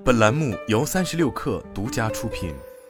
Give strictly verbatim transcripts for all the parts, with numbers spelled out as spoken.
本栏目由三十六氪独家出品。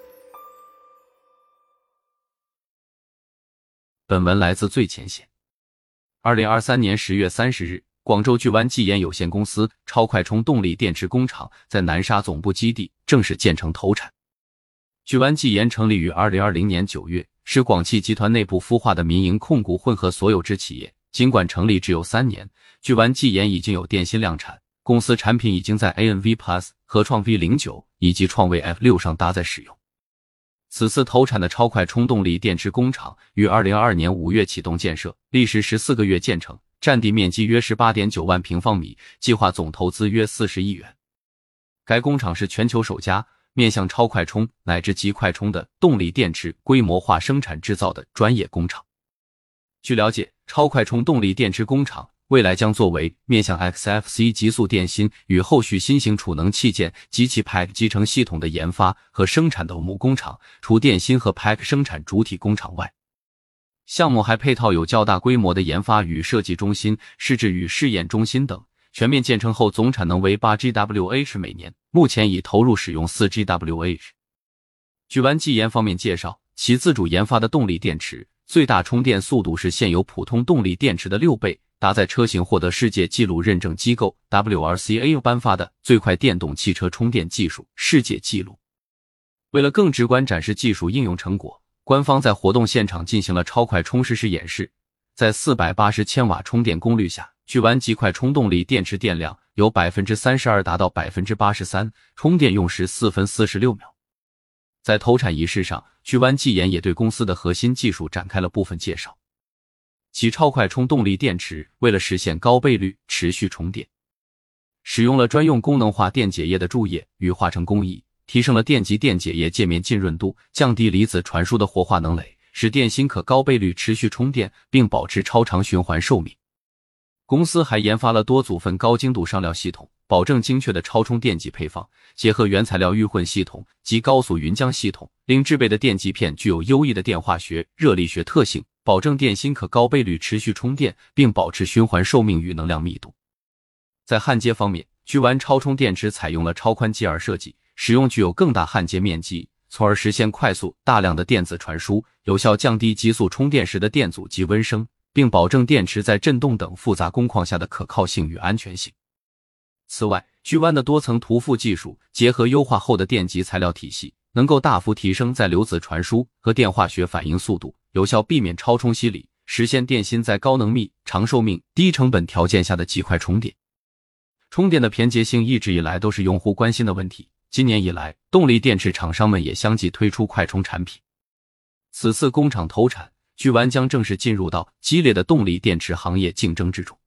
本文来自最前线。二零二三年十月三十日，广州巨湾技研有限公司超快充动力电池工厂在南沙总部基地正式建成投产。巨湾技研成立于二零二零年九月，是广汽集团内部孵化的民营控股混合所有制企业。尽管成立只有三年，巨湾技研已经有电芯量产，公司产品已经在 A N V Plus 和创 V 零九 以及创卫 F 六 上搭载使用。此次投产的超快充动力电池工厂于二零二二年五月启动建设，历时十四个月建成，占地面积约 十八点九万平方米，计划总投资约四十亿元。该工厂是全球首家面向超快充乃至极快充的动力电池规模化生产制造的专业工厂。据了解，超快充动力电池工厂未来将作为面向 X F C 极速电芯与后续新型储能器件及其 P A C 集成系统的研发和生产的母工厂，除电芯和 P A C 生产主体工厂外，项目还配套有较大规模的研发与设计中心、试制与试验中心等。全面建成后总产能为 八 G W H 每年，目前已投入使用 四 G W H。 巨湾技研方面介绍，其自主研发的动力电池最大充电速度是现有普通动力电池的六倍，搭载车型获得世界纪录认证机构 W R C A 颁发的最快电动汽车充电技术世界纪录。为了更直观展示技术应用成果，官方在活动现场进行了超快充实时演示。在四百八十千瓦充电功率下，巨湾极快充动力电池电量由 百分之三十二 达到 百分之八十三， 充电用时四分四十六秒。在投产仪式上，巨湾技研也对公司的核心技术展开了部分介绍。其超快充动力电池为了实现高倍率持续充电，使用了专用功能化电解液的注液与化成工艺，提升了电极电解液界面浸润度，降低离子传输的活化能累，使电芯可高倍率持续充电，并保持超长循环寿命。公司还研发了多组分高精度上料系统，保证精确的超充电极配方，结合原材料预混系统及高速云浆系统，令制备的电极片具有优异的电化学、热力学特性，保证电芯可高倍率持续充电，并保持循环寿命与能量密度。在焊接方面，巨湾超充电池采用了超宽 G 二 设计，使用具有更大焊接面积，从而实现快速大量的电子传输，有效降低急速充电时的电阻及温升，并保证电池在振动等复杂工况下的可靠性与安全性。此外，巨湾的多层涂覆技术结合优化后的电极材料体系，能够大幅提升在流子传输和电化学反应速度，有效避免超充洗礼，实现电芯在高能密、长寿命、低成本条件下的极快充电。充电的便捷性一直以来都是用户关心的问题，今年以来，动力电池厂商们也相继推出快充产品。此次工厂投产，巨湾将正式进入到激烈的动力电池行业竞争之中。